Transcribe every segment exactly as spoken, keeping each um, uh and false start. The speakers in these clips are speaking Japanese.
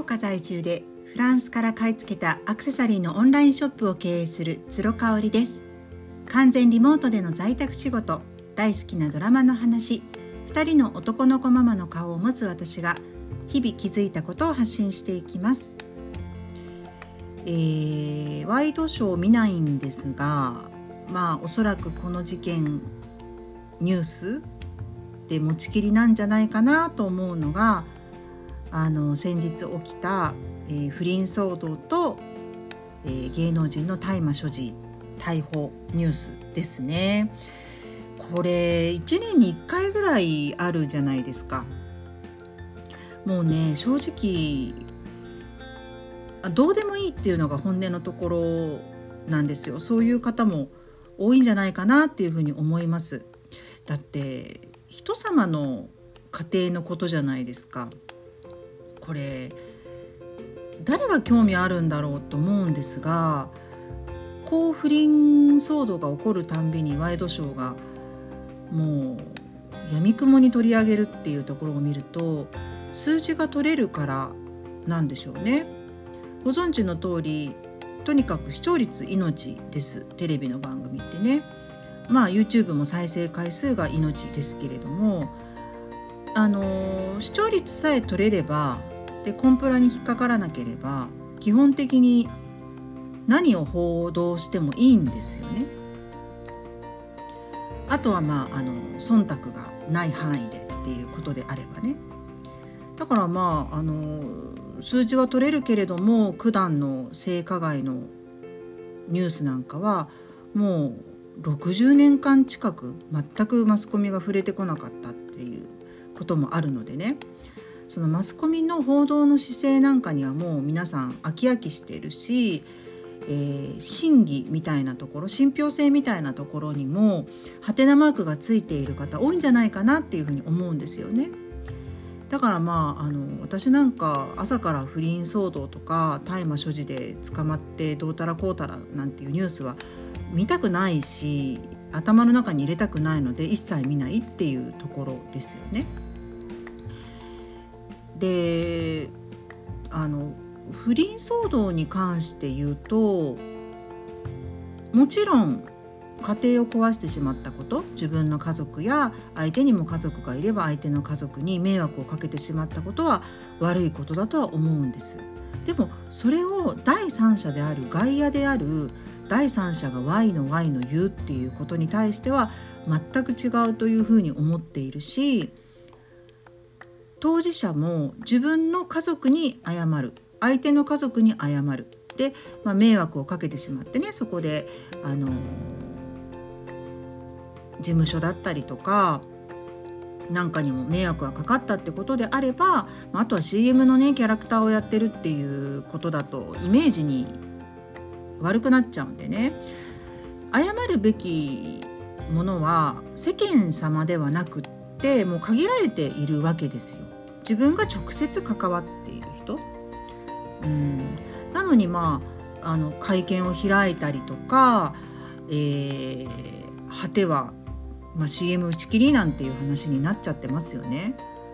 岡在住でフランスから買い付けたアクセサリーのオンラインショップを経営する鶴香織です。完全リモートでの在宅仕事、大好きなドラマの話、ふたりの男の子ママの顔を持つ私が日々気づいたことを発信していきます。えー、ワイドショー見ないんですが、まあおそらくこの事件ニュースで持ちきりなんじゃないかなと思うのが、あの先日起きた、えー、不倫騒動と、えー、芸能人の大麻所持逮捕ニュースですね。これいちねんにいっかいぐらいあるじゃないですか。もうね、正直どうでもいいっていうのが本音のところなんですよ。そういう方も多いんじゃないかなっていうふうに思います。だって人様の家庭のことじゃないですか。これ誰が興味あるんだろうと思うんですが、こう不倫騒動が起こるたんびにワイドショーがもう闇雲に取り上げるっていうところを見ると、数字が取れるからなんでしょうね。ご存知の通り、とにかく視聴率命です。テレビの番組ってね、まあ YouTube も再生回数が命ですけれども、あの視聴率さえ取れれば、でコンプラに引っかからなければ、基本的に何を報道してもいいんですよね。あとはまああの忖度がない範囲でっていうことであればね。だからまああの数字は取れるけれども、九段の性加害のニュースなんかはもうろくじゅうねんかん近く全くマスコミが触れてこなかったっていうこともあるのでね、そのマスコミの報道の姿勢なんかにはもう皆さん飽き飽きしているし、えー、真偽みたいなところ、信憑性みたいなところにもハテナマークがついている方多いんじゃないかなっていうふうに思うんですよね。だからまあ、あの私なんか朝から不倫騒動とか大麻所持で捕まってどうたらこうたらなんていうニュースは見たくないし、頭の中に入れたくないので一切見ないっていうところですよね。で、あの不倫騒動に関して言うと、もちろん家庭を壊してしまったこと、自分の家族や相手にも家族がいれば相手の家族に迷惑をかけてしまったことは悪いことだとは思うんです。でもそれを第三者である外野である第三者が Y の Y の言うっていうことに対しては全く違うというふうに思っているし、当事者も自分の家族に謝る、相手の家族に謝るで、まあ、迷惑をかけてしまってね、そこであの事務所だったりとかなんかにも迷惑がかかったってことであれば、あとは シーエム のねキャラクターをやってるっていうことだとイメージに悪くなっちゃうんでね、謝るべきものは世間様ではなくってもう限られているわけですよ。自分が直接関わっている人、うん、なのにまあ、あの会見を開いたりとか、えー、果ては、まあ、シーエム 打ち切りなんていう話になっちゃってますよね。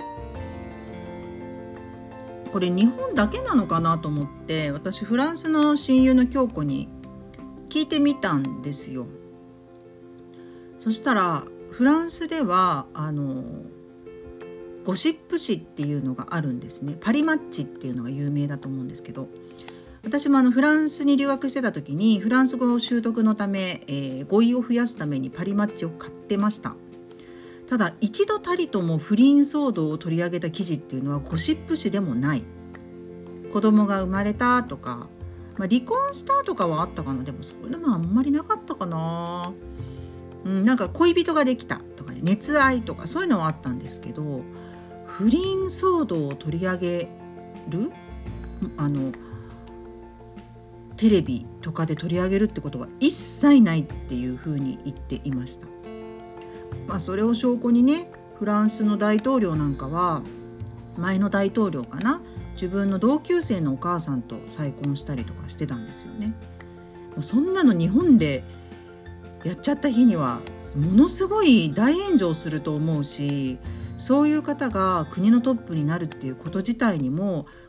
これ日本だけなのかなと思って、私フランスの親友の京子に聞いてみたんですよ。そしたらフランスではあのゴシップ誌っていうのがあるんですね。パリマッチっていうのが有名だと思うんですけど、私もあのフランスに留学してた時にフランス語習得のため、えー、語彙を増やすためにパリマッチを買ってました。ただ一度たりとも不倫騒動を取り上げた記事っていうのはゴシップ誌でもない。子供が生まれたとか、まあ、離婚したとかはあったかな。でもそういうのもあんまりなかったかな。うん、なんか恋人ができたとかね、熱愛とかそういうのはあったんですけど、不倫騒動を取り上げるあのテレビとかで取り上げるってことは一切ないっていうふうに言っていました。まあ、それを証拠にね、フランスの大統領なんかは前の大統領かな、自分の同級生のお母さんと再婚したりとかしてたんですよね。もうそんなの日本でやっちゃった日にはものすごい大炎上すると思うし、そういう方が国のトップになるっていうこと自体にも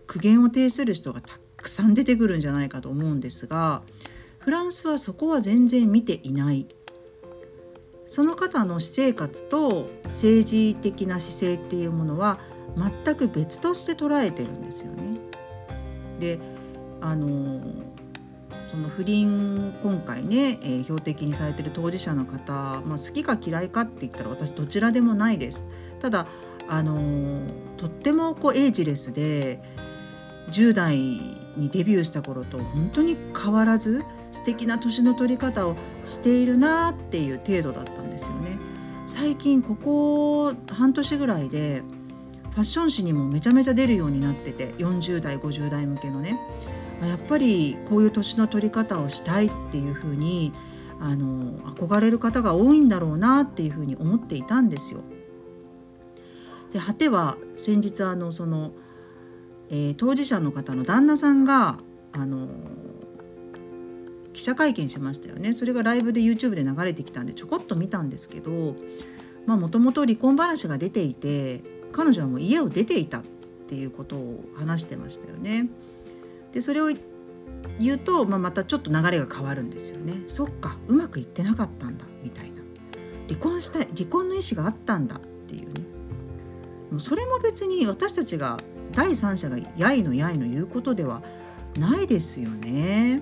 苦言を呈する人がたくさん出てくるんじゃないかと思うんですが、フランスはそこは全然見ていない。その方の私生活と政治的な姿勢っていうものは全く別として捉えてるんですよね。で、あのその不倫今回ね、えー、標的にされている当事者の方、まあ、好きか嫌いかって言ったら私どちらでもないです。ただ、あのとってもこうエイジレスでじゅう代にデビューした頃と本当に変わらず素敵な年の取り方をしているなっていう程度だったんですよね。最近ここ半年ぐらいでファッション誌にもめちゃめちゃ出るようになってて、よんじゅう代ごじゅう代向けのね、やっぱりこういう年の取り方をしたいっていうふうにあの憧れる方が多いんだろうなっていうふうに思っていたんですよ。で、果ては先日あのその、えー、当事者の方の旦那さんがあの記者会見しましたよね。それがライブで YouTube で流れてきたんでちょこっと見たんですけど、もともと離婚話が出ていて彼女はもう家を出ていたっていうことを話してましたよね。でそれを言うと、まあ、またちょっと流れが変わるんですよね。そっか、うまくいってなかったんだみたいな、離婚したい、離婚の意思があったんだっていうね。もうそれも別に私たちが第三者がやいのやいの言うことではないですよね。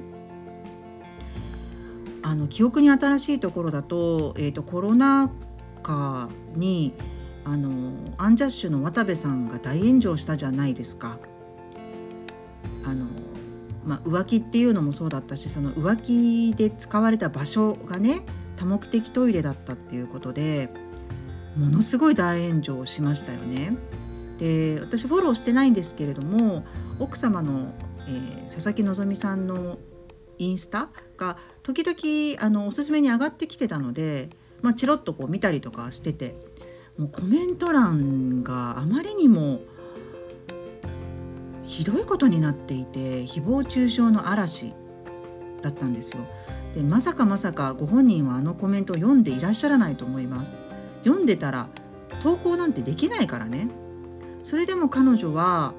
あの記憶に新しいところだと、えーと、コロナ禍にあのアンジャッシュの渡部さんが大炎上したじゃないですか。あの、まあ、浮気っていうのもそうだったし、その浮気で使われた場所がね多目的トイレだったっていうことでものすごい大炎上しましたよね。で、私フォローしてないんですけれども、奥様の、えー、佐々木希さんのインスタが時々あのおすすめに上がってきてたので、まあ、チロッとこう見たりとかしてて、もうコメント欄があまりにもひどいことになっていて、誹謗中傷の嵐だったんですよ。で、まさかまさかご本人はあのコメントを読んでいらっしゃらないと思います。読んでたら投稿なんてできないからね。それでも彼女は、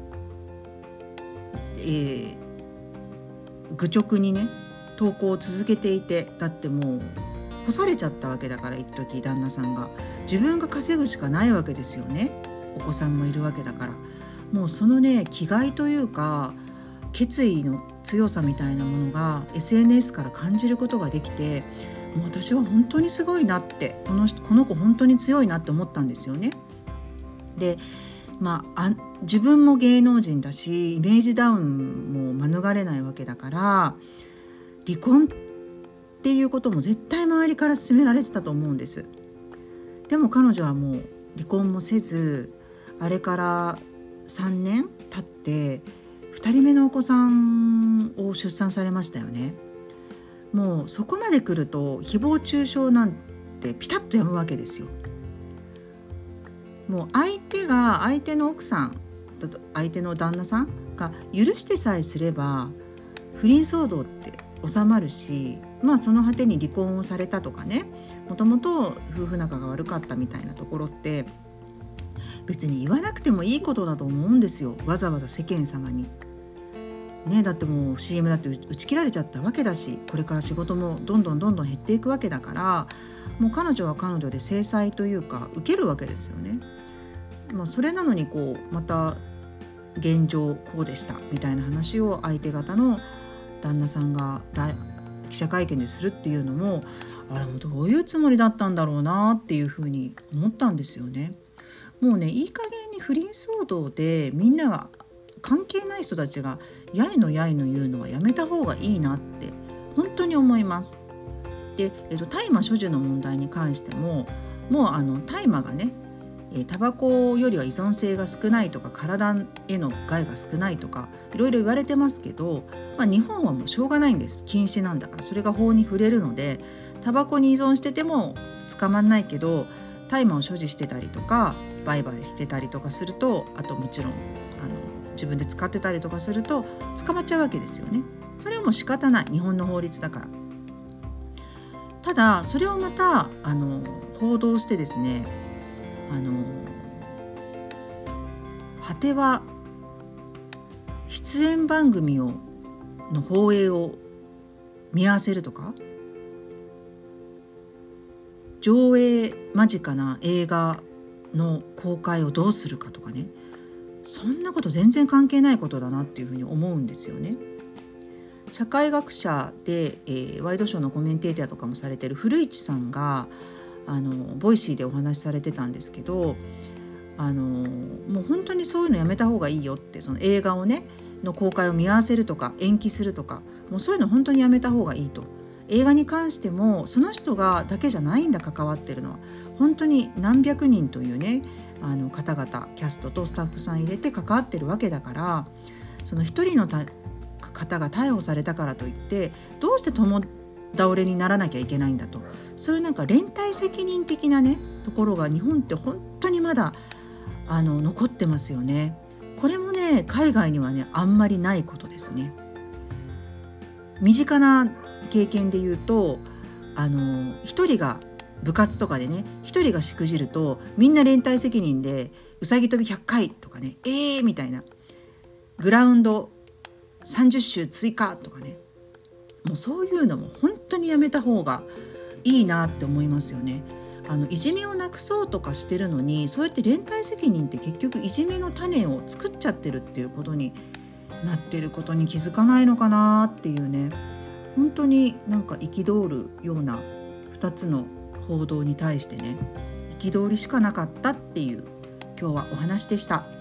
えー、愚直にね投稿を続けていて、だってもう干されちゃったわけだから、一時旦那さんが自分が稼ぐしかないわけですよね。お子さんもいるわけだから、もうそのね気概というか決意の強さみたいなものが エスエヌエス から感じることができて、もう私は本当にすごいなって、この人この子本当に強いなって思ったんですよね。で、まあ、あ自分も芸能人だしイメージダウンも免れないわけだから、離婚っていうことも絶対周りから勧められてたと思うんです。でも彼女はもう離婚もせず、あれからさんねん経ってふたりめのお子さんを出産されましたよね。もうそこまで来ると誹謗中傷なんてピタッとやむわけですよ。もう相手が相手の奥さん相手の旦那さんが許してさえすれば不倫騒動って収まるし、まあその果てに離婚をされたとかね、もともと夫婦仲が悪かったみたいなところって別に言わなくてもいいことだと思うんですよ。わざわざ世間様にね。だってもう シーエム だって打ち切られちゃったわけだし、これから仕事もどんどんどんどん減っていくわけだから、もう彼女は彼女で制裁というか受けるわけですよね。まあ、それなのにこうまた現状こうでしたみたいな話を相手方の旦那さんが記者会見でするっていうのも、あれもどういうつもりだったんだろうなっていうふうに思ったんですよね。もうね、いい加減に不倫騒動でみんなが関係ない人たちがやいのやいの言うのはやめた方がいいなって本当に思います。で、えっと、大麻所持の問題に関しても、もうあの大麻がね、タバコよりは依存性が少ないとか体への害が少ないとかいろいろ言われてますけど、まあ、日本はもうしょうがないんです。禁止なんだから、それが法に触れるので、タバコに依存してても捕まんないけど、大麻を所持してたりとか売買してたりとかすると、あともちろんあの自分で使ってたりとかすると捕まっちゃうわけですよね。それはもう仕方ない、日本の法律だから。ただそれをまたあの報道してですね、あの果ては出演番組をの放映を見合わせるとか、上映間近な映画の公開をどうするかとかね、そんなこと全然関係ないことだなっていうふうに思うんですよね。社会学者で、えー、ワイドショーのコメンテーターとかもされてる古市さんがあのボイシーでお話しされてたんですけど、あのもう本当にそういうのやめた方がいいよって、その映画をねの公開を見合わせるとか延期するとか、もうそういうの本当にやめた方がいいと。映画に関してもその人がだけじゃないんだ、関わってるのは本当に何百人というねあの方々、キャストとスタッフさん入れて関わってるわけだから、その一人のた方が逮捕されたからといってどうして共倒れにならなきゃいけないんだと、そういうなんか連帯責任的なねところが日本って本当にまだあの残ってますよね。これもね海外にはねあんまりないことですね。身近な経験で言うと、あの一人が部活とかでね一人がしくじるとみんな連帯責任でうさぎ跳びひゃっかいとかね、えーみたいな、グラウンドさんじゅっ周追加とかね、もうそういうのも本当にやめた方がいいなって思いますよね。あのいじめをなくそうとかしてるのに、そうやって連帯責任って結局いじめの種を作っちゃってるっていうことになってることに気づかないのかなっていうね、本当になんか憤るようなふたつの報道に対してね、憤りしかなかったっていう今日はお話でした。